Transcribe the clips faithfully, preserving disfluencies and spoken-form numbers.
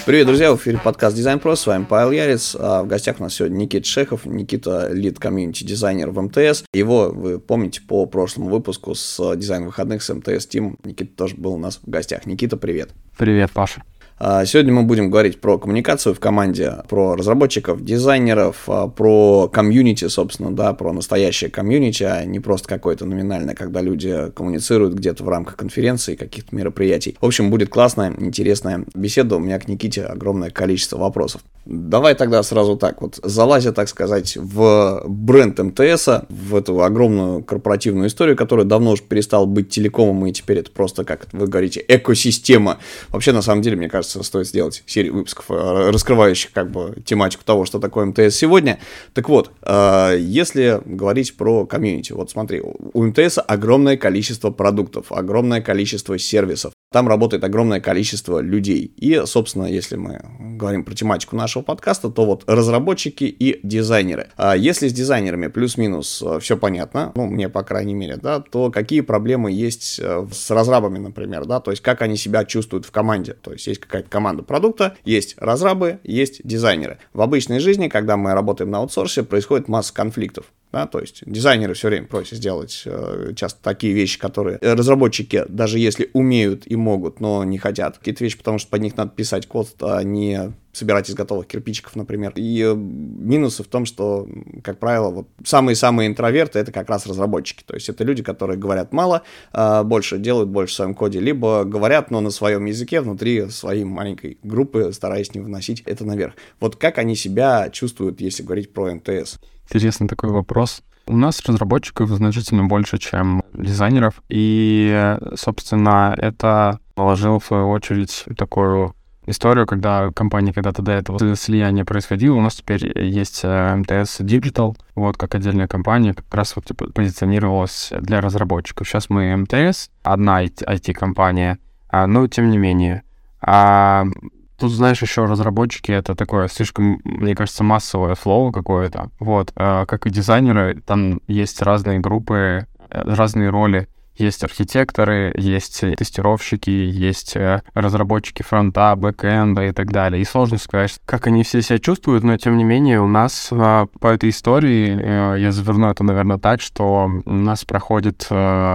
Привет, друзья, в эфире подкаст Design Pro, с вами Павел Ярец, а в гостях у нас сегодня Никита Шехов, Никита лид комьюнити-дизайнер в эм тэ эс. Его вы помните по прошлому выпуску с дизайн выходных с эм тэ эс Team. Никита тоже был у нас в гостях. Никита, привет. Привет, Паша. Сегодня мы будем говорить про коммуникацию в команде, про разработчиков, дизайнеров, про комьюнити, собственно, да, про настоящее комьюнити, а не просто какое-то номинальное, когда люди коммуницируют где-то в рамках конференции, каких-то мероприятий. В общем, будет классная, интересная беседа. У меня к Никите огромное количество вопросов. Давай тогда сразу так вот, залазя, так сказать, в бренд эм тэ эс, в эту огромную корпоративную историю, которая давно уже перестала быть телекомом, и теперь это просто, как вы говорите, экосистема. Вообще, на самом деле, мне кажется, стоит сделать серию выпусков, раскрывающих как бы тематику того, что такое эм тэ эс сегодня. Так вот, если говорить про комьюнити, вот смотри, у эм тэ эс огромное количество продуктов, огромное количество сервисов, там работает огромное количество людей. И, собственно, если мы говорим про тематику нашего подкаста, то вот разработчики и дизайнеры. А если с дизайнерами плюс-минус все понятно, ну, мне, по крайней мере, да, то какие проблемы есть с разрабами, например, да, то есть как они себя чувствуют в команде. То есть есть какая-то команда продукта, есть разрабы, есть дизайнеры. В обычной жизни, когда мы работаем на аутсорсе, происходит масса конфликтов. Да, то есть дизайнеры все время просят сделать э, часто такие вещи, которые разработчики, даже если умеют и могут, но не хотят. Какие-то вещи, потому что под них надо писать код, а не собирать из готовых кирпичиков, например. И э, минусы в том, что, как правило, вот самые-самые интроверты — это как раз разработчики. То есть это люди, которые говорят мало, э, больше делают больше в своем коде, либо говорят, но на своем языке, внутри своей маленькой группы, стараясь не выносить это наверх. Вот как они себя чувствуют, если говорить про эм тэ эс? Интересный такой вопрос. У нас разработчиков значительно больше, чем дизайнеров, и, собственно, это наложило, в свою очередь, такую историю, когда компания когда-то до этого слияния происходило. У нас теперь есть эм тэ эс Digital, вот, как отдельная компания, как раз вот типа, позиционировалась для разработчиков. Сейчас мы эм тэ эс, одна ай ти-компания, но тем не менее. А тут, знаешь, еще разработчики — это такое слишком, мне кажется, массовое слово какое-то. Вот, как и дизайнеры, там есть разные группы, разные роли. Есть архитекторы, есть тестировщики, есть разработчики фронта, бэкэнда и так далее. И сложно сказать, как они все себя чувствуют, но тем не менее у нас по этой истории, я заверну это, наверное, так, что у нас проходит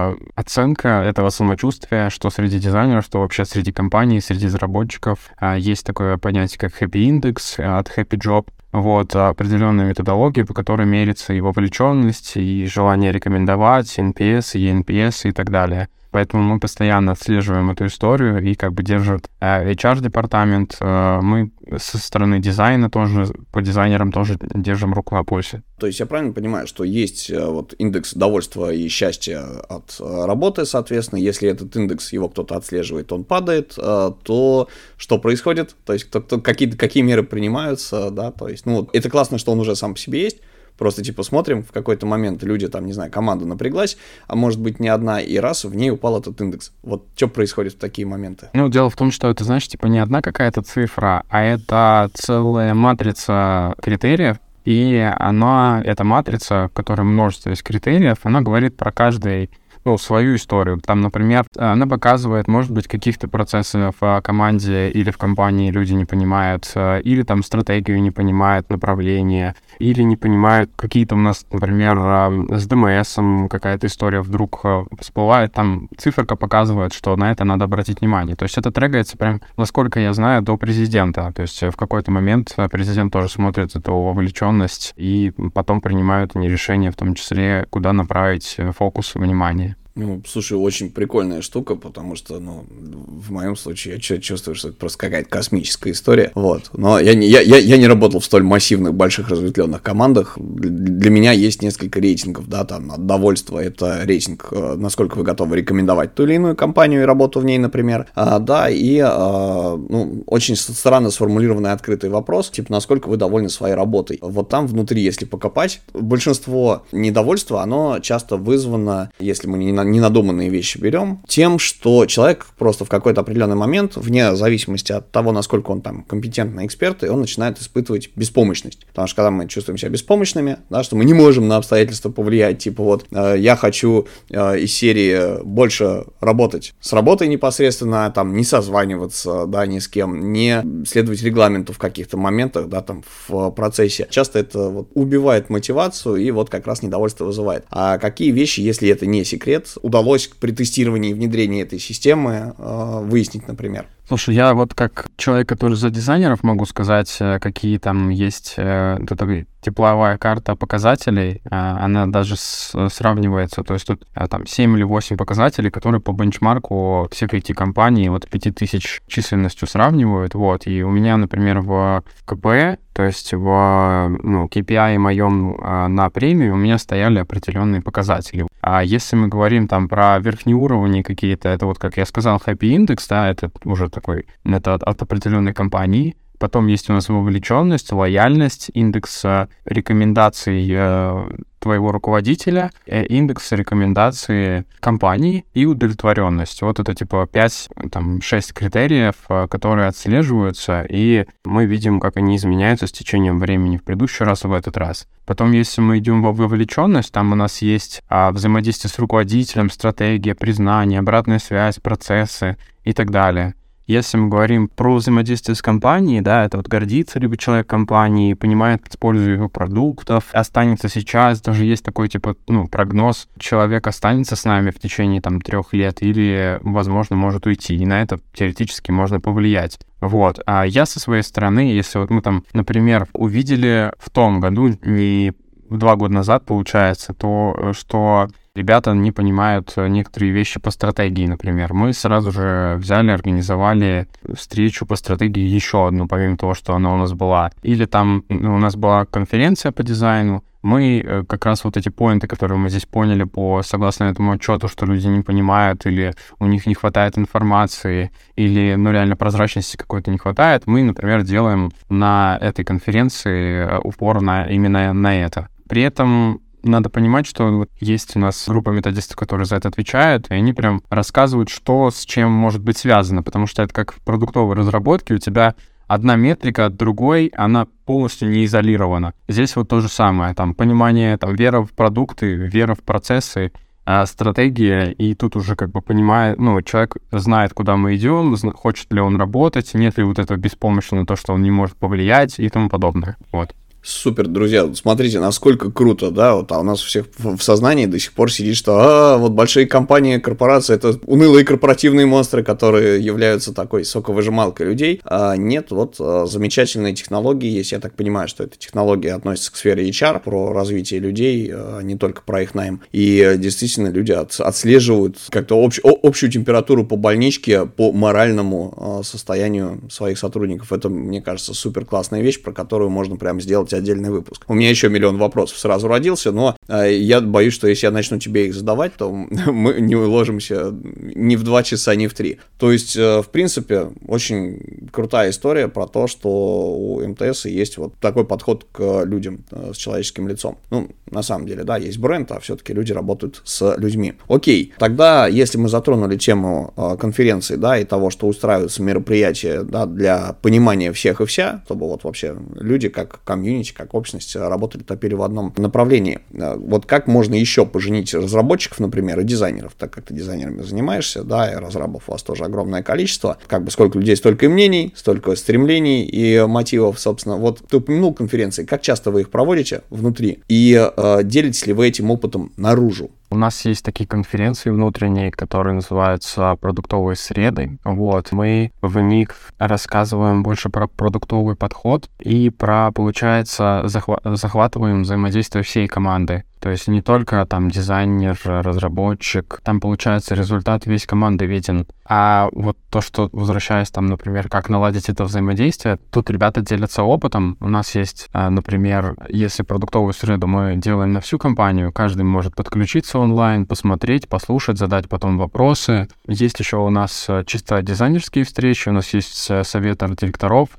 оценка этого самочувствия, что среди дизайнеров, что вообще среди компаний, среди разработчиков. Есть такое понятие, как Happy Index от Happy Job. Вот, определенная методология, по которой мерится и вовлеченность, и желание рекомендовать, эн пи эс, и эн пи эс и так далее. Поэтому мы постоянно отслеживаем эту историю и как бы держит эйч ар-департамент. Мы со стороны дизайна тоже, по дизайнерам тоже держим руку на пульсе. То есть я правильно понимаю, что есть вот индекс довольства и счастья от работы, соответственно, если этот индекс, его кто-то отслеживает, он падает, то что происходит? То есть кто, кто, какие, какие меры принимаются, да, то есть, ну, это классно, что он уже сам по себе есть. Просто, типа, смотрим, в какой-то момент люди, там, не знаю, команда напряглась, а может быть не одна, и раз в ней упал этот индекс. Вот что происходит в такие моменты? Ну, дело в том, что это, знаешь, типа, не одна какая-то цифра, а это целая матрица критериев, и она, эта матрица, в которой множество есть критериев, она говорит про каждый, ну, свою историю. Там, например, она показывает, может быть, каких-то процессов в команде или в компании люди не понимают, или там стратегию не понимают, направление, или не понимают какие-то у нас, например, с ди эм эс какая-то история вдруг всплывает, там циферка показывает, что на это надо обратить внимание. То есть это трекается прям, насколько я знаю, до президента. То есть в какой-то момент президент тоже смотрит эту вовлеченность и потом принимают они решения, в том числе, куда направить фокус внимания. Ну, слушай, очень прикольная штука, потому что, ну, в моем случае я чувствую, что это просто какая-то космическая история, вот. Но я не, я, я, я не работал в столь массивных, больших, разветвленных командах. Для меня есть несколько рейтингов, да, там, от довольства это рейтинг, насколько вы готовы рекомендовать ту или иную компанию и работу в ней, например, а, да, и, а, ну, очень странно сформулированный открытый вопрос, типа, насколько вы довольны своей работой. Вот там внутри, если покопать, большинство недовольства, оно часто вызвано, если мы не ненадуманные вещи берем? Тем, что человек просто в какой-то определенный момент, вне зависимости от того, насколько он там компетентный эксперт, и он начинает испытывать беспомощность. Потому что когда мы чувствуем себя беспомощными, да, что мы не можем на обстоятельства повлиять, типа вот э, я хочу э, из серии больше работать с работой непосредственно, там не созваниваться, да, ни с кем, не следовать регламенту в каких-то моментах, да, там в процессе. Часто это вот убивает мотивацию и вот как раз недовольство вызывает. А какие вещи, если это не секрет, удалось при тестировании и внедрении этой системы э, выяснить, например? Слушай, я вот как человек, который за дизайнеров, могу сказать, какие там есть э, тепловая карта показателей. Э, она даже с, сравнивается, то есть тут э, там семь или восемь показателей, которые по бенчмарку всех ай ти-компаний вот пять тысяч численностью сравнивают. Вот. И у меня, например, в ка пи и, то есть в ну, кей пи ай моем э, на премию у меня стояли определенные показатели. А если мы говорим там про верхние уровни какие-то, это вот, как я сказал, Happy Index, да, это уже такой, это от, от определенной компании. Потом есть у нас вовлеченность, лояльность, индекс рекомендаций э, твоего руководителя, э, индекс рекомендаций компании и удовлетворенность. Вот это типа пять, там, шесть критериев, э, которые отслеживаются, и мы видим, как они изменяются с течением времени в предыдущий раз и в этот раз. Потом, если мы идем во вовлеченность, там у нас есть а, взаимодействие с руководителем, стратегия, признание, обратная связь, процессы и так далее. Если мы говорим про взаимодействие с компанией, да, это вот гордится либо человек компании, понимает пользу его продуктов, останется сейчас, даже есть такой, типа, ну, прогноз, человек останется с нами в течение, там, трех лет или, возможно, может уйти, и на это теоретически можно повлиять. Вот. А я со своей стороны, если вот мы там, например, увидели в том году и два года назад, получается, то, что ребята не понимают некоторые вещи по стратегии, например. Мы сразу же взяли, организовали встречу по стратегии еще одну, помимо того, что она у нас была. Или там ну, у нас была конференция по дизайну. Мы как раз вот эти поинты, которые мы здесь поняли по согласно этому отчету, что люди не понимают, или у них не хватает информации, или ну реально прозрачности какой-то не хватает, мы, например, делаем на этой конференции упор на, именно на это. При этом надо понимать, что вот есть у нас группа методистов, которые за это отвечают, и они прям рассказывают, что с чем может быть связано, потому что это как в продуктовой разработке, у тебя одна метрика от другой, она полностью не изолирована. Здесь вот то же самое, там, понимание, там, вера в продукты, вера в процессы, а, стратегия, и тут уже как бы понимает, ну, человек знает, куда мы идем, хочет ли он работать, нет ли вот этого беспомощного, то, что он не может повлиять и тому подобное, вот. Супер, друзья, смотрите, насколько круто, да, вот, а у нас у всех в сознании до сих пор сидит, что, а, вот большие компании, корпорации, это унылые корпоративные монстры, которые являются такой соковыжималкой людей, а нет, вот а, замечательные технологии есть, я так понимаю, что эта технология относится к сфере эйч ар, про развитие людей, а не только про их найм, и действительно люди от, отслеживают как-то общ, о, общую температуру по больничке, по моральному а, состоянию своих сотрудников, это, мне кажется, супер классная вещь, про которую можно прям сделать отдельный выпуск. У меня еще миллион вопросов сразу родился, но э, я боюсь, что если я начну тебе их задавать, то мы не уложимся ни в два часа, ни в три. То есть, э, в принципе, очень крутая история про то, что у эм тэ эс есть вот такой подход к людям э, с человеческим лицом. Ну, на самом деле, да, есть бренд, а все-таки люди работают с людьми. Окей, тогда, если мы затронули тему э, конференции, да, и того, что устраиваются мероприятия, да, для понимания всех и вся, чтобы вот вообще люди как комьюнити, как общность работали, топили в одном направлении. Вот как можно еще поженить разработчиков, например, и дизайнеров, так как ты дизайнерами занимаешься, да, и разрабов у вас тоже огромное количество, как бы сколько людей, столько и мнений, столько стремлений и мотивов, собственно. Вот ты упомянул конференции, как часто вы их проводите внутри и э, делитесь ли вы этим опытом наружу? У нас есть такие конференции внутренние, которые называются продуктовые среды. Вот. Мы в них рассказываем больше про продуктовый подход и про, получается, захва- захватываем взаимодействие всей команды. То есть не только там дизайнер, разработчик, там получается результат весь команды виден. А вот то, что, возвращаясь там, например, как наладить это взаимодействие, тут ребята делятся опытом. У нас есть, например, если продуктовую среду мы делаем на всю компанию, каждый может подключиться онлайн, посмотреть, послушать, задать потом вопросы. Есть еще у нас чисто дизайнерские встречи, у нас есть совет арт-директоров, это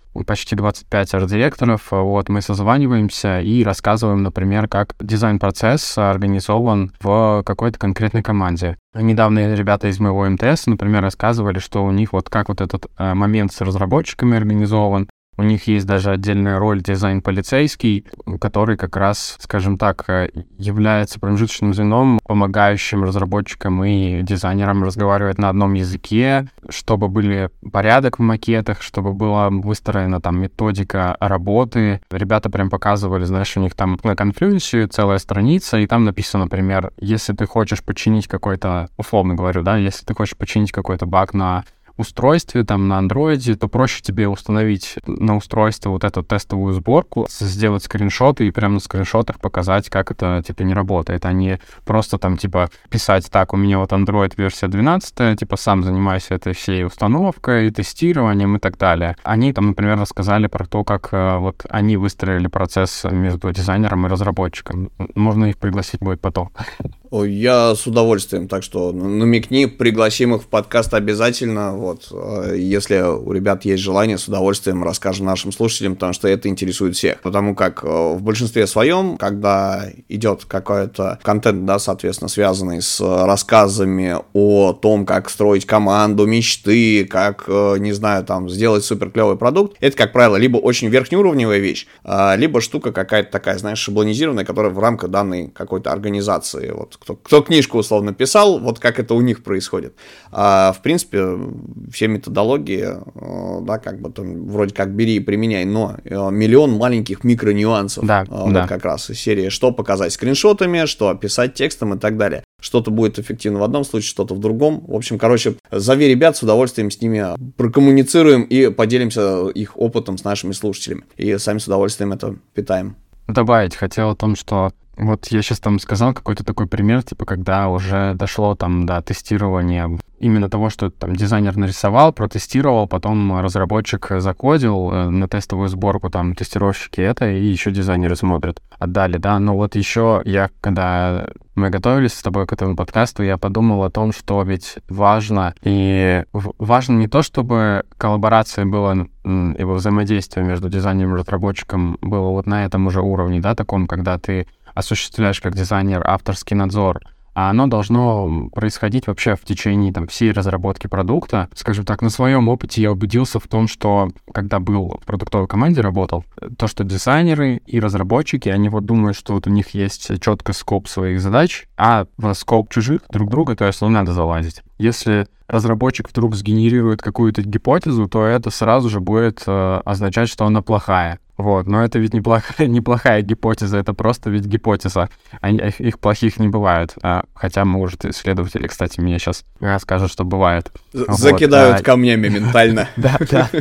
почти двадцать пять арт-директоров, вот, мы созваниваемся и рассказываем, например, как дизайн-процесс организован в какой-то конкретной команде. Недавно ребята из моего эм тэ эс, например, рассказывали, что у них вот как вот этот э, момент с разработчиками организован. У них есть даже отдельная роль дизайн-полицейский, который как раз, скажем так, является промежуточным звеном, помогающим разработчикам и дизайнерам разговаривать на одном языке, чтобы был порядок в макетах, чтобы была выстроена там методика работы. Ребята прям показывали, знаешь, у них там на Confluence целая страница, и там написано, например, если ты хочешь починить какой-то, условно говорю, да, если ты хочешь починить какой-то баг на устройстве, там, на андроиде, то проще тебе установить на устройстве вот эту тестовую сборку, сделать скриншоты и прямо на скриншотах показать, как это, типа, не работает, а не просто там, типа, писать, так, у меня вот Android версия двенадцать, типа, сам занимаюсь этой всей установкой, тестированием и так далее. Они там, например, рассказали про то, как вот они выстроили процесс между дизайнером и разработчиком. Можно их пригласить будет потом. Ой, я с удовольствием, так что намекни, пригласим их в подкаст обязательно, вот, если у ребят есть желание, с удовольствием расскажем нашим слушателям, потому что это интересует всех, потому как в большинстве своем, когда идет какой-то контент, да, соответственно, связанный с рассказами о том, как строить команду мечты, как, не знаю, там, сделать супер клевый продукт, это, как правило, либо очень верхнеуровневая вещь, либо штука какая-то такая, знаешь, шаблонизированная, которая в рамках данной какой-то организации, вот, Кто, кто книжку условно писал, вот как это у них происходит. А, в принципе, все методологии, да, как бы там вроде как бери и применяй, но миллион маленьких микронюансов, да, вот да. как раз из серии, что показать скриншотами, что описать текстом и так далее. Что-то будет эффективно в одном случае, что-то в другом. В общем, короче, зови ребят, с удовольствием с ними прокоммуницируем и поделимся их опытом с нашими слушателями. И сами с удовольствием это питаем. Добавить хотел о том, что вот я сейчас там сказал какой-то такой пример, типа, когда уже дошло там до тестирования именно того, что там дизайнер нарисовал, протестировал, потом разработчик закодил э, на тестовую сборку, там тестировщики это, и еще дизайнеры смотрят, отдали, да. Но вот еще я, когда мы готовились с тобой к этому подкасту, я подумал о том, что ведь важно, и важно не то, чтобы коллаборация была, его взаимодействие между дизайнером и разработчиком было вот на этом уже уровне, да, таком, когда ты осуществляешь как дизайнер авторский надзор, а оно должно происходить вообще в течение там, всей разработки продукта. Скажем так, на своем опыте я убедился в том, что когда был в продуктовой команде работал, то, что дизайнеры и разработчики, они вот думают, что вот у них есть четко скоп своих задач, а в скоп чужих друг друга, то есть, ну, надо залазить. Если разработчик вдруг сгенерирует какую-то гипотезу, то это сразу же будет э, означать, что она плохая. Вот, но это ведь неплохая, неплохая гипотеза, это просто ведь гипотеза. Они, их плохих не бывает. А, хотя, может, исследователи, кстати, мне сейчас скажут, что бывает. Закидают вот, камнями ментально. Да, да.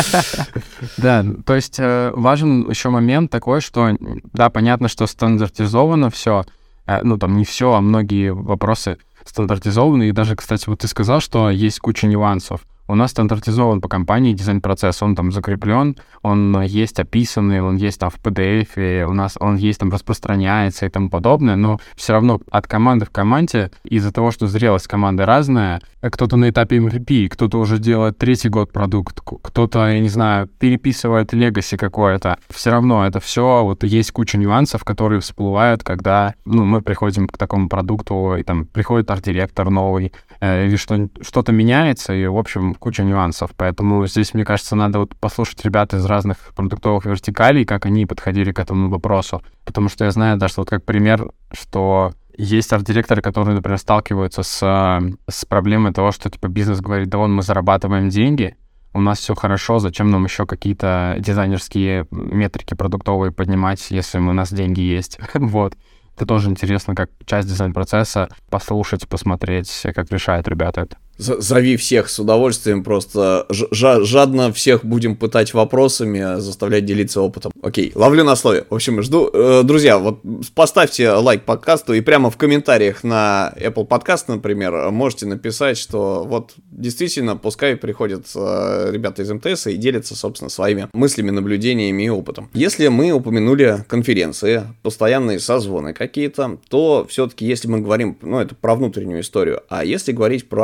Да, то есть важен еще момент такой, что, да, понятно, что стандартизовано все, ну, там не все, а многие вопросы стандартизованы. И даже, кстати, вот ты сказал, что есть куча нюансов. У нас стандартизован по компании дизайн-процесс, он там закреплен, он есть описанный, он есть там в пи ди эф, у нас он есть там распространяется и тому подобное, но все равно от команды в команде, из-за того, что зрелость команды разная, кто-то на этапе эм ви пи, кто-то уже делает третий год продукт, кто-то, я не знаю, переписывает легаси какое-то, все равно это все, вот есть куча нюансов, которые всплывают, когда, ну, мы приходим к такому продукту, и там приходит арт-директор новый, э, или что, что-то меняется, и, в общем, куча нюансов, поэтому здесь, мне кажется, надо вот послушать ребят из разных продуктовых вертикалей, как они подходили к этому вопросу, потому что я знаю даже вот как пример, что есть арт-директоры, которые, например, сталкиваются с, с проблемой того, что типа бизнес говорит, да вон мы зарабатываем деньги, у нас все хорошо, зачем нам еще какие-то дизайнерские метрики продуктовые поднимать, если у нас деньги есть, вот. Это тоже интересно, как часть дизайн-процесса, послушать, посмотреть, как решают ребята это. Зови всех с удовольствием, просто ж- жадно всех будем пытать вопросами, заставлять делиться опытом. Окей, ловлю на слове. В общем, жду. Э, друзья, вот поставьте лайк подкасту и прямо в комментариях на Apple Podcast, например, можете написать, что вот действительно, пускай приходят э, ребята из эм тэ эс и делятся, собственно, своими мыслями, наблюдениями и опытом. Если мы упомянули конференции, постоянные созвоны какие-то, то все-таки, если мы говорим, ну, это про внутреннюю историю, а если говорить про историю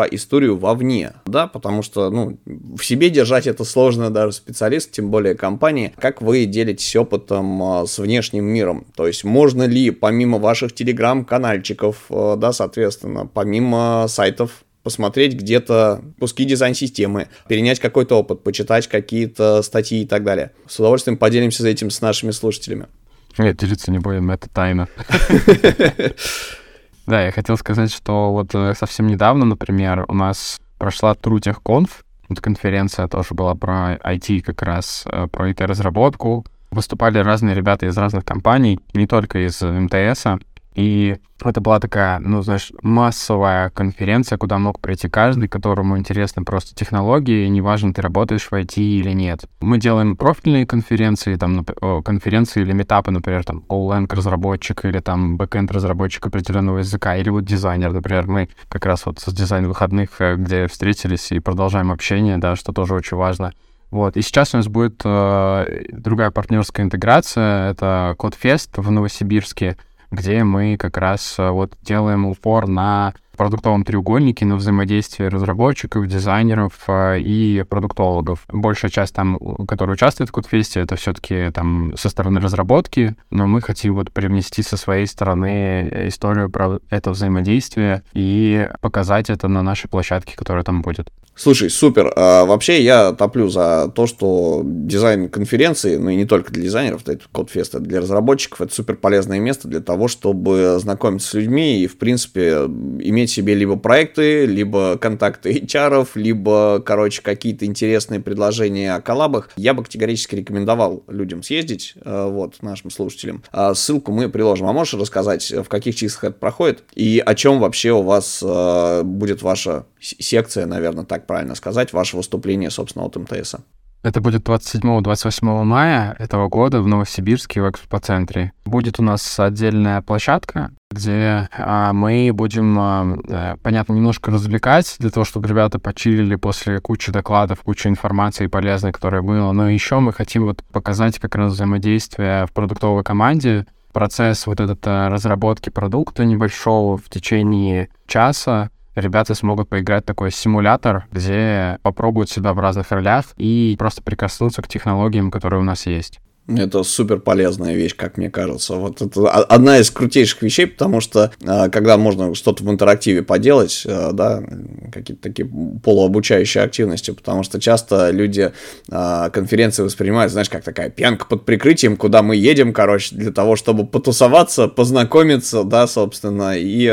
аудиторию вовне, да, потому что, ну, в себе держать это сложно даже специалист, тем более компании. Как вы делитесь опытом а, с внешним миром? То есть можно ли помимо ваших телеграм-канальчиков, а, да, соответственно, помимо сайтов, посмотреть где-то куски дизайн-системы, перенять какой-то опыт, почитать какие-то статьи и так далее? С удовольствием поделимся за этим с нашими слушателями. Нет, делиться не будем, это тайна. Да, я хотел сказать, что вот совсем недавно, например, у нас прошла TrueTechConf, вот конференция тоже была про ай ти как раз, про ай ти-разработку. Выступали разные ребята из разных компаний, не только из эм тэ эса. И это была такая, ну, знаешь, массовая конференция, куда мог прийти каждый, которому интересны просто технологии, неважно, ты работаешь в ай ти или нет. Мы делаем профильные конференции, там, конференции или митапы, например, там, Golang-разработчик или там бэкэнд-разработчик определенного языка, или вот дизайнер, например. Мы как раз вот с дизайн-выходных, где встретились и продолжаем общение, да, что тоже очень важно. Вот, и сейчас у нас будет э, другая партнерская интеграция, это CodeFest в Новосибирске, где мы как раз вот делаем упор на продуктовом треугольнике, на взаимодействие разработчиков, дизайнеров и продуктологов. Большая часть там, которая участвует в CodeFest, это все-таки там со стороны разработки, но мы хотим вот привнести со своей стороны историю про это взаимодействие и показать это на нашей площадке, которая там будет. Слушай, супер. А, вообще я топлю за то, что дизайн-конференции, ну и не только для дизайнеров, это CodeFest, это для разработчиков, это супер полезное место для того, чтобы знакомиться с людьми и, в принципе, иметь себе либо проекты, либо контакты эйч ар-ов, либо, короче, какие-то интересные предложения о коллабах. Я бы категорически рекомендовал людям съездить, вот, нашим слушателям. А ссылку мы приложим. А можешь рассказать, в каких числах это проходит и о чем вообще у вас будет ваша секция, наверное, так правильно сказать, ваше выступление, собственно, от эм тэ эса? Это будет двадцать седьмого — двадцать восьмого мая этого года в Новосибирске в экспоцентре. Будет у нас отдельная площадка, где а, мы будем, а, понятно, немножко развлекать, для того, чтобы ребята почилили после кучи докладов, кучи информации полезной, которая была. Но еще мы хотим вот показать как раз взаимодействие в продуктовой команде, процесс вот этот разработки продукта небольшого в течение часа. Ребята смогут поиграть в такой симулятор, где попробуют себя в разных ролях и просто прикоснуться к технологиям, которые у нас есть. Это супер полезная вещь, как мне кажется. Вот это одна из крутейших вещей, потому что когда можно что-то в интерактиве поделать, да, какие-то такие полуобучающие активности, потому что часто люди конференции воспринимают, знаешь, как такая пьянка под прикрытием, куда мы едем, короче, для того, чтобы потусоваться, познакомиться, да, собственно, и...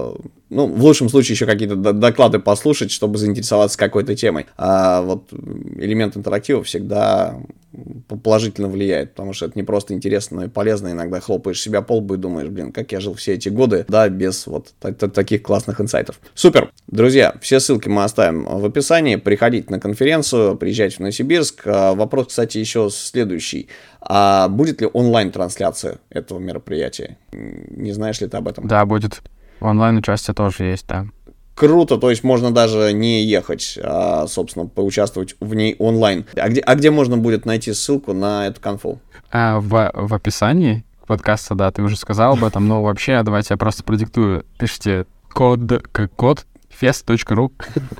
Ну, в лучшем случае еще какие-то доклады послушать, чтобы заинтересоваться какой-то темой. А вот элемент интерактива всегда положительно влияет, потому что это не просто интересно, но и полезно. Иногда хлопаешь себя по лбу и думаешь, блин, как я жил все эти годы, да, без вот таких классных инсайтов. Супер! Друзья, все ссылки мы оставим в описании. Приходите на конференцию, приезжайте в Новосибирск. Вопрос, кстати, еще следующий. А будет ли онлайн-трансляция этого мероприятия? Не знаешь ли ты об этом? Да, будет. Онлайн-участие тоже есть, да. Круто, то есть можно даже не ехать, а, собственно, поучаствовать в ней онлайн. А где, а где можно будет найти ссылку на эту конфу? А, в, в описании подкаста, да, ты уже сказал об этом, но вообще давайте я просто продиктую. Пишите код, как код, фест точка ру.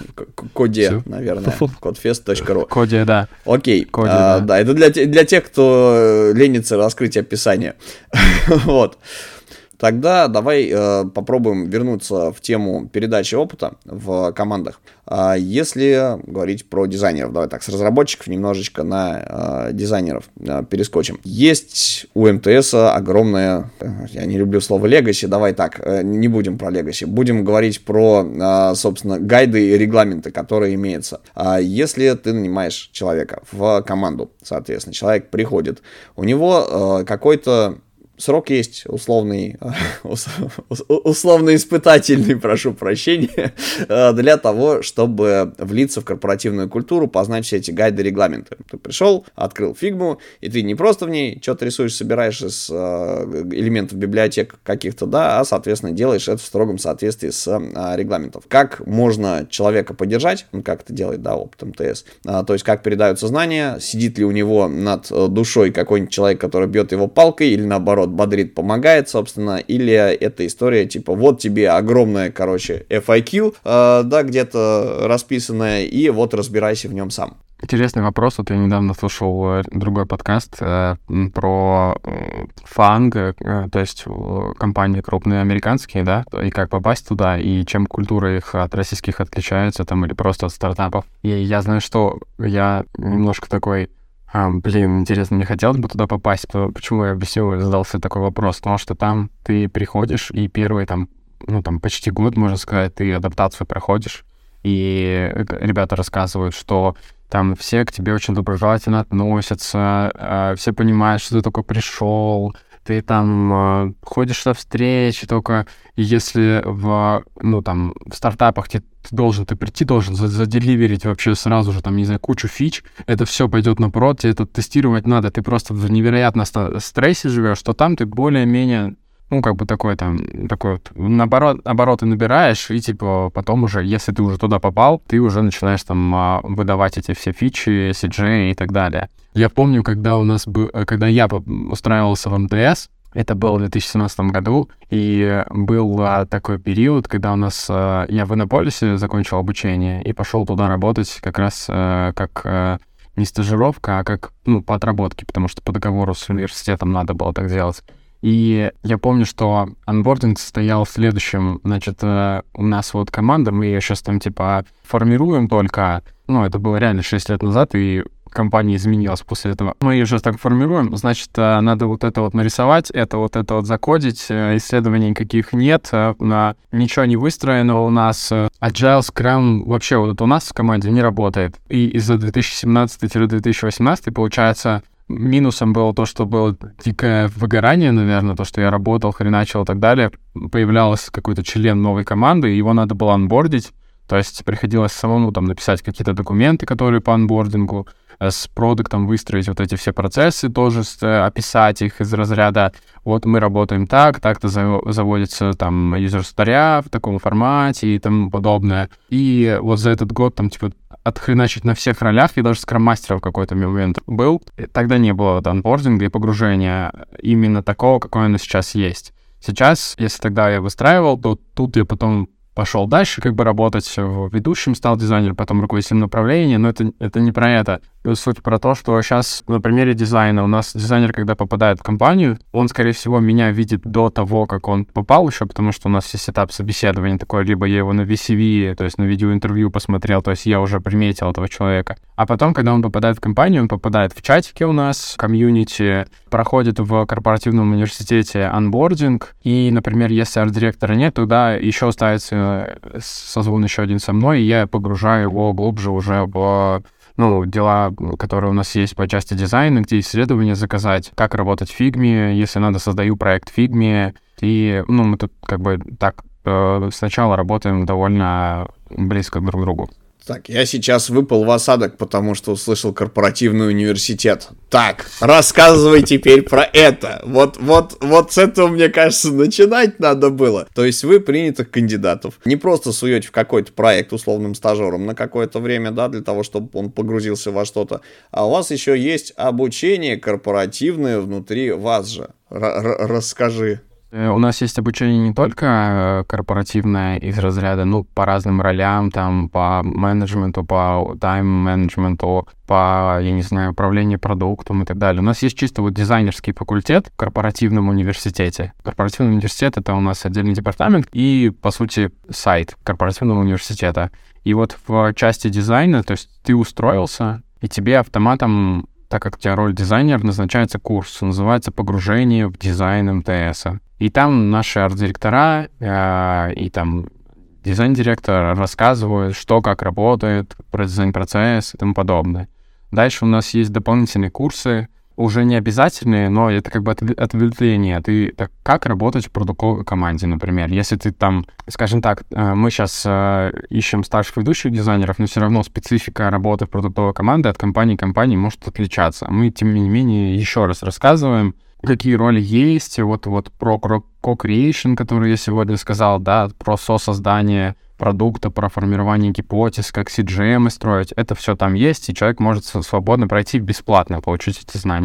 Коде, Все. Наверное. кодфест точка ру. Коде, да. Окей. Коде, а, да. да, это для, для тех, кто ленится раскрыть описание. Вот. Тогда давай э, попробуем вернуться в тему передачи опыта в командах. А если говорить про дизайнеров, давай так, с разработчиков немножечко на э, дизайнеров э, перескочим. Есть у эм тэ эса огромное, э, я не люблю слово legacy, давай так, э, не будем про legacy, будем говорить про, э, собственно, гайды и регламенты, которые имеются. А если ты нанимаешь человека в команду, соответственно, человек приходит, у него э, какой-то срок есть условный, условно испытательный, прошу прощения, для того, чтобы влиться в корпоративную культуру, познать все эти гайды, регламенты. Ты пришел, открыл фигму, и ты не просто в ней что-то рисуешь, собираешь из элементов библиотек каких-то, да, а, соответственно, делаешь это в строгом соответствии с регламентом. Как можно человека поддержать, как это делает, да, опыт эм тэ эс, то есть как передаются знания, сидит ли у него над душой какой-нибудь человек, который бьет его палкой, или наоборот, бодрит, помогает, собственно, или это история типа вот тебе огромная, короче, эф эй кью, э, да, где-то расписанная, и вот разбирайся в нем сам. Интересный вопрос. Вот я недавно слушал другой подкаст э, про фанг, э, то есть компании крупные американские, да, и как попасть туда, и чем культура их от российских отличается, там, или просто от стартапов. И я знаю, что я немножко такой... А, блин, интересно, мне хотелось бы туда попасть. Почему я объяснил, задался такой вопрос? Потому что там ты приходишь, и первый там, ну, там, почти год, можно сказать, ты адаптацию проходишь, и ребята рассказывают, что там все к тебе очень доброжелательно относятся, э, все понимают, что ты только пришел, ты там э, ходишь на встречи только, если в, ну, там, в стартапах тебе ты должен, ты прийти должен заделиверить вообще сразу же, там, не знаю, кучу фич, это все пойдет наоборот, тебе это тестировать надо, ты просто в невероятном стрессе живешь, что там ты более-менее... Ну, как бы такой там, такой вот, наоборот, обороты набираешь, и, типа, потом уже, если ты уже туда попал, ты уже начинаешь там выдавать эти все фичи, си джей и так далее. Я помню, когда у нас был, когда я устраивался в эм тэ эс, это было в две тысячи семнадцатом году, и был а, такой период, когда у нас... А, я в Иннополисе закончил обучение и пошел туда работать как раз а, как... А, не стажировка, а как, ну, по отработке, потому что по договору с университетом надо было так делать. И я помню, что анбординг состоял в следующем. Значит, э, у нас вот команда, мы ее сейчас там типа формируем только. Ну, это было реально шесть лет назад, и компания изменилась после этого. Мы ее сейчас так формируем, значит, э, надо вот это вот нарисовать, это вот это вот закодить, э, исследований никаких нет, э, на, ничего не выстроено у нас. Э, Agile, Scrum вообще вот у нас в команде не работает. И из-за две тысячи семнадцатого — две тысячи восемнадцатого, получается, минусом было то, что было дикое выгорание, наверное, то, что я работал, хреначил и так далее. Появлялся какой-то член новой команды, его надо было анбордить, то есть приходилось самому там написать какие-то документы, которые по анбордингу, с продуктом выстроить вот эти все процессы, тоже описать их из разряда вот мы работаем так, так-то заводится там юзер-старя в таком формате и тому подобное. И вот за этот год там типа отхреначить на всех ролях, и даже скрам-мастера в какой-то момент был. Тогда не было вот анбординга и погружения именно такого, какое оно сейчас есть. Сейчас, если тогда я выстраивал, то тут я потом пошел дальше, как бы работать ведущим, стал дизайнером, потом руководителем направления, но это, это не про это. Суть про то, что сейчас на примере дизайна у нас дизайнер, когда попадает в компанию, он, скорее всего, меня видит до того, как он попал еще, потому что у нас есть этап собеседования такой, либо я его на ви си ви, то есть на видеоинтервью посмотрел, то есть я уже приметил этого человека. А потом, когда он попадает в компанию, он попадает в чатики у нас, в комьюнити, проходит в корпоративном университете анбординг, и, например, если арт-директора нет, тогда еще ставится созвон еще один со мной, и я погружаю его глубже уже в... ну, дела, которые у нас есть по части дизайна, где исследования заказать, как работать в фигме, если надо, создаю проект в фигме, и, ну, мы тут как бы так э, сначала работаем довольно близко друг к другу. Так, я сейчас выпал в осадок, потому что услышал корпоративный университет. Так, рассказывай теперь про это. Вот, вот, вот с этого, мне кажется, начинать надо было. То есть вы принятых кандидатов не просто суете в какой-то проект условным стажером на какое-то время, да, для того, чтобы он погрузился во что-то, а у вас еще есть обучение корпоративное внутри вас же. Р- расскажи. У нас есть обучение не только корпоративное из разряда, ну, по разным ролям, там, по менеджменту, по тайм-менеджменту, по, я не знаю, управлению продуктом и так далее. У нас есть чисто вот дизайнерский факультет в корпоративном университете. Корпоративный университет — это у нас отдельный департамент и, по сути, сайт корпоративного университета. И вот в части дизайна, то есть ты устроился, и тебе автоматом, так как у тебя роль дизайнера, назначается курс, называется «Погружение в дизайн эм тэ эс». И там наши арт-директора э, и там дизайн-директор рассказывают, что как работает, про дизайн-процесс и тому подобное. Дальше у нас есть дополнительные курсы, уже не обязательные, но это как бы ответвление. Ты так, как работать в продуктовой команде, например. Если ты там, скажем так, мы сейчас э, ищем старших ведущих дизайнеров, но все равно специфика работы в продуктовой команде от компании к компании может отличаться. Мы, тем не менее, еще раз рассказываем, какие роли есть, вот, вот про co-creation, который я сегодня сказал, да, про сосоздание продукта, про формирование гипотез, как си джи эм строить, это все там есть, и человек может свободно пройти бесплатно, получить эти знания.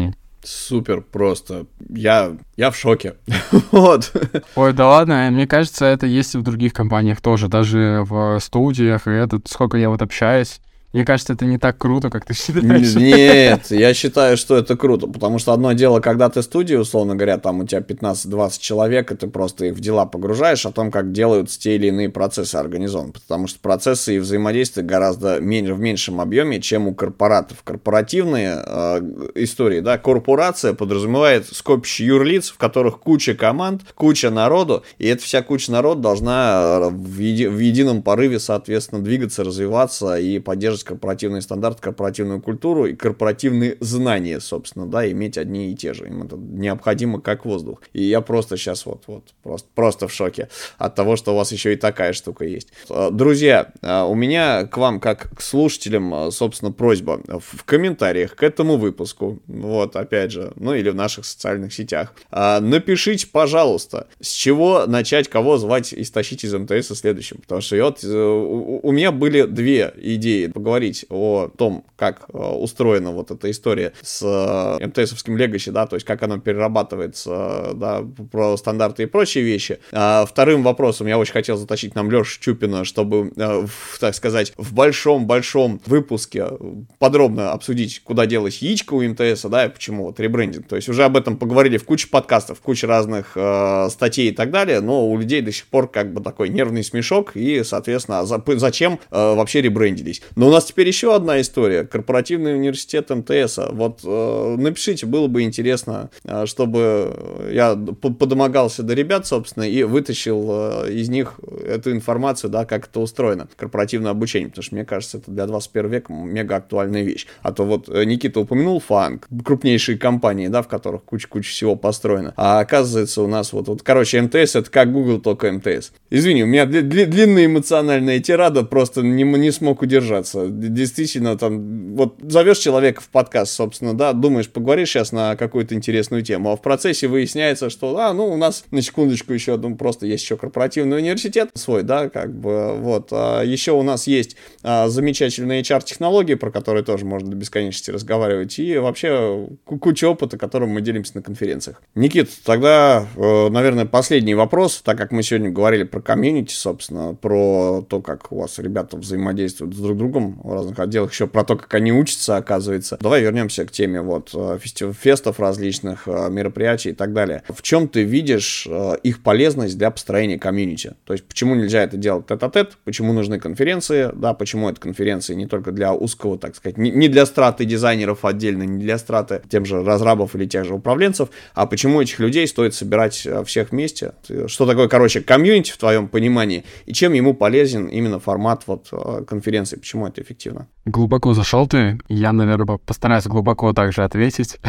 Супер просто. Я, я в шоке. Вот. Ой, да ладно, мне кажется, это есть и в других компаниях тоже, даже в студиях, и это, сколько я вот общаюсь. Мне кажется, это не так круто, как ты считаешь. Нет, я считаю, что это круто, потому что одно дело, когда ты в студии, условно говоря, там у тебя пятнадцать-двадцать человек, и ты просто их в дела погружаешь о том, как делаются те или иные процессы организованы, потому что процессы и взаимодействия гораздо меньше, в меньшем объеме, чем у корпоратов. Корпоративные э, истории, да, корпорация подразумевает скопище юрлиц, в которых куча команд, куча народу, и эта вся куча народу должна в, еди, в едином порыве, соответственно, двигаться, развиваться и поддерживать корпоративный стандарт, корпоративную культуру и корпоративные знания, собственно, да, иметь одни и те же. Им это необходимо как воздух. И я просто сейчас вот, вот, просто, просто в шоке от того, что у вас еще и такая штука есть. Друзья, у меня к вам, как к слушателям, собственно, просьба в комментариях к этому выпуску, вот, опять же, ну или в наших социальных сетях, напишите, пожалуйста, с чего начать, кого звать и стащить из эм тэ эс в следующем, потому что вот, у, у меня были две идеи говорить о том, как э, устроена вот эта история с э, эм тэ эсовским легаси, да, то есть как оно перерабатывается, да, про стандарты и прочие вещи. А вторым вопросом я очень хотел затащить нам Лешу Чупина, чтобы, э, в, так сказать, в большом-большом выпуске подробно обсудить, куда делась яичко у эм тэ эса, да, и почему вот ребрендинг. То есть уже об этом поговорили в куче подкастов, в куче разных э, статей и так далее, но у людей до сих пор как бы такой нервный смешок и, соответственно, за, зачем э, вообще ребрендились. Но у нас теперь еще одна история. Корпоративный университет эм тэ эса. Вот э, напишите, было бы интересно, э, чтобы я подомогался до ребят, собственно, и вытащил э, из них эту информацию, да, как это устроено, корпоративное обучение, потому что, мне кажется, это для двадцать первого века мега актуальная вещь. А то вот Никита упомянул Фанк, крупнейшие компании, да, в которых куча-куча всего построено. А оказывается, у нас вот, вот, короче, эм тэ эс это как Google, только эм тэ эс. Извини, у меня дли- дли- длинная эмоциональная тирада, просто не, не смог удержаться. Действительно, там, вот зовешь человека в подкаст, собственно, да, думаешь, поговоришь сейчас на какую-то интересную тему, а в процессе выясняется, что, а, ну, у нас, на секундочку, еще, ну, просто есть еще корпоративный университет свой, да, как бы, вот, а еще у нас есть а, замечательные эйч ар-технологии, про которые тоже можно до бесконечности разговаривать, и вообще куча опыта, которым мы делимся на конференциях. Никит, тогда, э, наверное, последний вопрос, так как мы сегодня говорили про комьюнити, собственно, про то, как у вас ребята взаимодействуют с друг другом в разных отделах, еще про то, как они учатся, оказывается. Давай вернемся к теме вот фестов различных, мероприятий и так далее. В чем ты видишь их полезность для построения комьюнити? То есть, почему нельзя это делать тет-а-тет, почему нужны конференции, да, почему это конференции не только для узкого, так сказать, не, не для страты дизайнеров отдельно, не для страты тем же разрабов или тех же управленцев, а почему этих людей стоит собирать всех вместе? Что такое, короче, комьюнити в твоем понимании, и чем ему полезен именно формат вот конференции, почему это эффективно? Глубоко зашел ты. Я, наверное, постараюсь глубоко также ответить.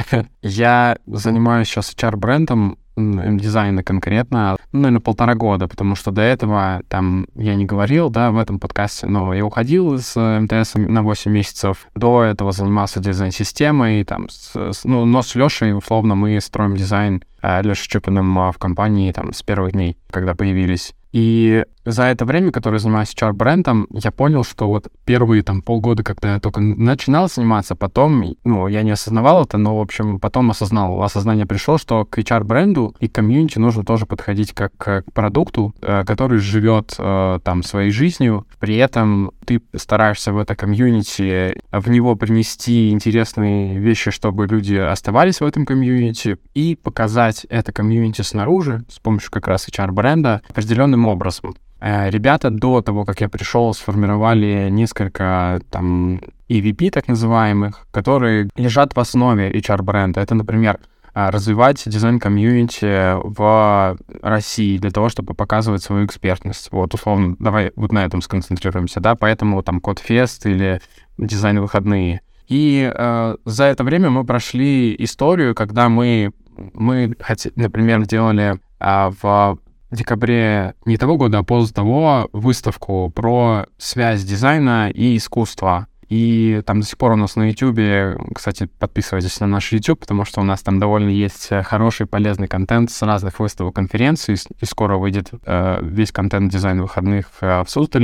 Я занимаюсь сейчас эйч ар-брендом, дизайна конкретно, ну, наверное, полтора года, потому что до этого, там, я не говорил, да, в этом подкасте, но я уходил из эм тэ эс на восемь месяцев. До этого занимался дизайн-системой, там, с, с, ну, но с Лешей, условно, мы строим дизайн Лешей Чупиным в компании, там, с первых дней, когда появились. И за это время, которое я занимаюсь эйч ар-брендом, я понял, что вот первые там полгода, когда я только начинал заниматься, потом, ну, я не осознавал это, но, в общем, потом осознал, осознание пришло, что к эйч ар-бренду и комьюнити нужно тоже подходить как к продукту, который живет там своей жизнью, при этом ты стараешься в это комьюнити, в него принести интересные вещи, чтобы люди оставались в этом комьюнити, и показать это комьюнити снаружи с помощью как раз эйч ар-бренда определенным образом. Ребята до того, как я пришел, сформировали несколько там и ви пи, так называемых, которые лежат в основе эйч ар-бренда. Это, например, развивать дизайн-комьюнити в России для того, чтобы показывать свою экспертность. Вот, условно, давай вот на этом сконцентрируемся, да, поэтому там Кодфест или дизайн-выходные. И э, за это время мы прошли историю, когда мы, мы например, делали э, в в декабре не того года, а после того выставку про связь дизайна и искусства. И там до сих пор у нас на YouTube, кстати, подписывайтесь на наш YouTube, потому что у нас там довольно есть хороший, полезный контент с разных выставок, конференций, и скоро выйдет э, весь контент дизайн выходных э, в Суздале.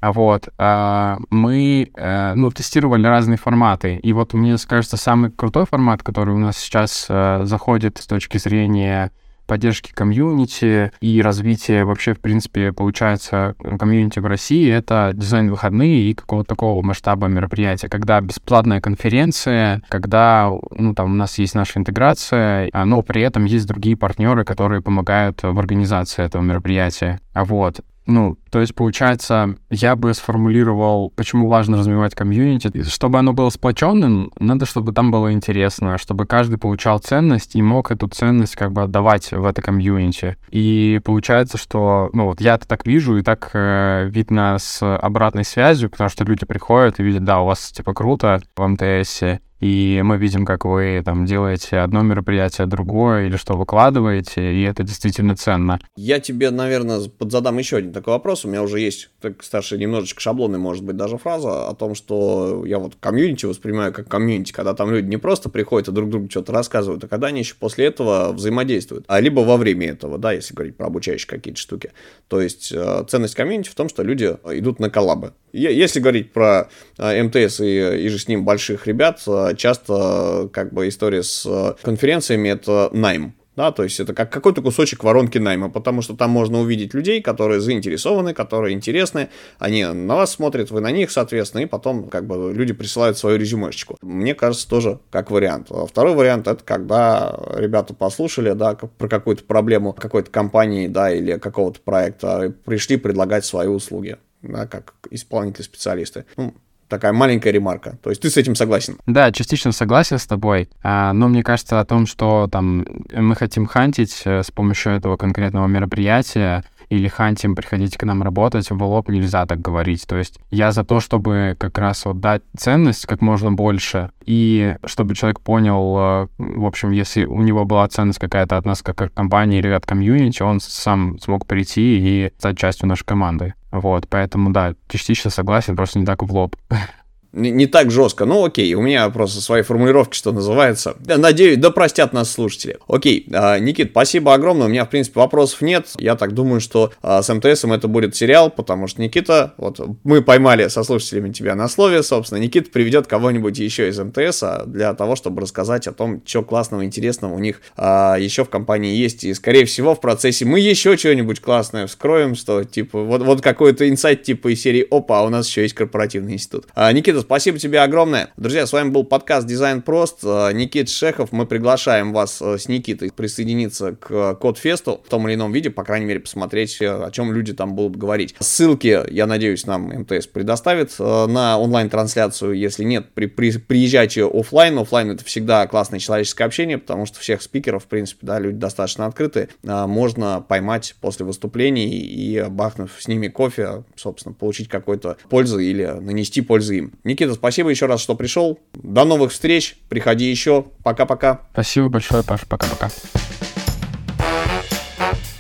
А вот, а, мы, а, ну, тестировали разные форматы. И вот, мне кажется, самый крутой формат, который у нас сейчас а, заходит с точки зрения поддержки комьюнити и развития вообще, в принципе, получается, комьюнити в России, это дизайн-выходные и какого-то такого масштаба мероприятия, когда бесплатная конференция, когда, ну, там у нас есть наша интеграция, но при этом есть другие партнеры, которые помогают в организации этого мероприятия. А вот, ну, то есть, получается, я бы сформулировал, почему важно развивать комьюнити. Чтобы оно было сплоченным, надо, чтобы там было интересно, чтобы каждый получал ценность и мог эту ценность как бы отдавать в это комьюнити. И получается, что, ну, вот я это так вижу, и так э, видно с обратной связью, потому что люди приходят и видят, да, у вас, типа, круто в эм тэ эсе, и мы видим, как вы там делаете одно мероприятие, другое, или что выкладываете, и это действительно ценно. Я тебе, наверное, подзадам еще один такой вопрос. У меня уже есть, так старше, немножечко шаблонный, может быть, даже фраза о том, что я вот комьюнити воспринимаю как комьюнити, когда там люди не просто приходят и друг другу что-то рассказывают, а когда они еще после этого взаимодействуют. А либо во время этого, да, если говорить про обучающие какие-то штуки. То есть ценность комьюнити в том, что люди идут на коллабы. Если говорить про эм тэ эс и, и же с ним больших ребят, часто как бы история с конференциями — это найм. Да, то есть это как какой-то кусочек воронки найма, потому что там можно увидеть людей, которые заинтересованы, которые интересны, они на вас смотрят, вы на них, соответственно, и потом как бы люди присылают свою резюмешечку. Мне кажется, тоже как вариант. Второй вариант — это когда ребята послушали, да, про какую-то проблему какой-то компании, да, или какого-то проекта, пришли предлагать свои услуги, да, как исполнители-специалисты. Ну, такая маленькая ремарка. То есть ты с этим согласен? Да, частично согласен с тобой, а, но мне кажется о том, что там мы хотим хантить с помощью этого конкретного мероприятия или хантим, приходите к нам работать, в лоб нельзя так говорить. То есть я за то, чтобы как раз вот дать ценность как можно больше, и чтобы человек понял, в общем, если у него была ценность какая-то от нас, как от компании или от комьюнити, он сам смог прийти и стать частью нашей команды. Вот, поэтому, да, частично согласен, просто не так в лоб. Не, не так жестко. Ну, окей, у меня просто свои формулировки, что называется. Надеюсь, да простят нас слушатели. Окей, а, Никит, спасибо огромное. У меня, в принципе, вопросов нет. Я так думаю, что а, с эм тэ эсом это будет сериал, потому что Никита, вот мы поймали со слушателями тебя на слове, собственно, Никита приведет кого-нибудь еще из эм тэ эса для того, чтобы рассказать о том, что классного, интересного у них а, еще в компании есть. И, скорее всего, в процессе мы еще что-нибудь классное вскроем, что, типа, вот, вот какой-то инсайт, типа, из серии «Опа, а у нас еще есть корпоративный институт». А, Никита, спасибо тебе огромное. Друзья, с вами был подкаст «Дизайн прост». Никита Шехов. Мы приглашаем вас с Никитой присоединиться к Кодфесту в том или ином виде, по крайней мере, посмотреть, о чем люди там будут говорить. Ссылки, я надеюсь, нам эм тэ эс предоставит на онлайн-трансляцию. Если нет, при, при, приезжайте офлайн. Офлайн — это всегда классное человеческое общение, потому что всех спикеров, в принципе, да, люди достаточно открыты. Можно поймать после выступлений и, бахнув с ними кофе, собственно, получить какой-то пользу или нанести пользу им. Никита, спасибо еще раз, что пришел. До новых встреч. Приходи еще. Пока-пока. Спасибо большое, Паша. Пока-пока.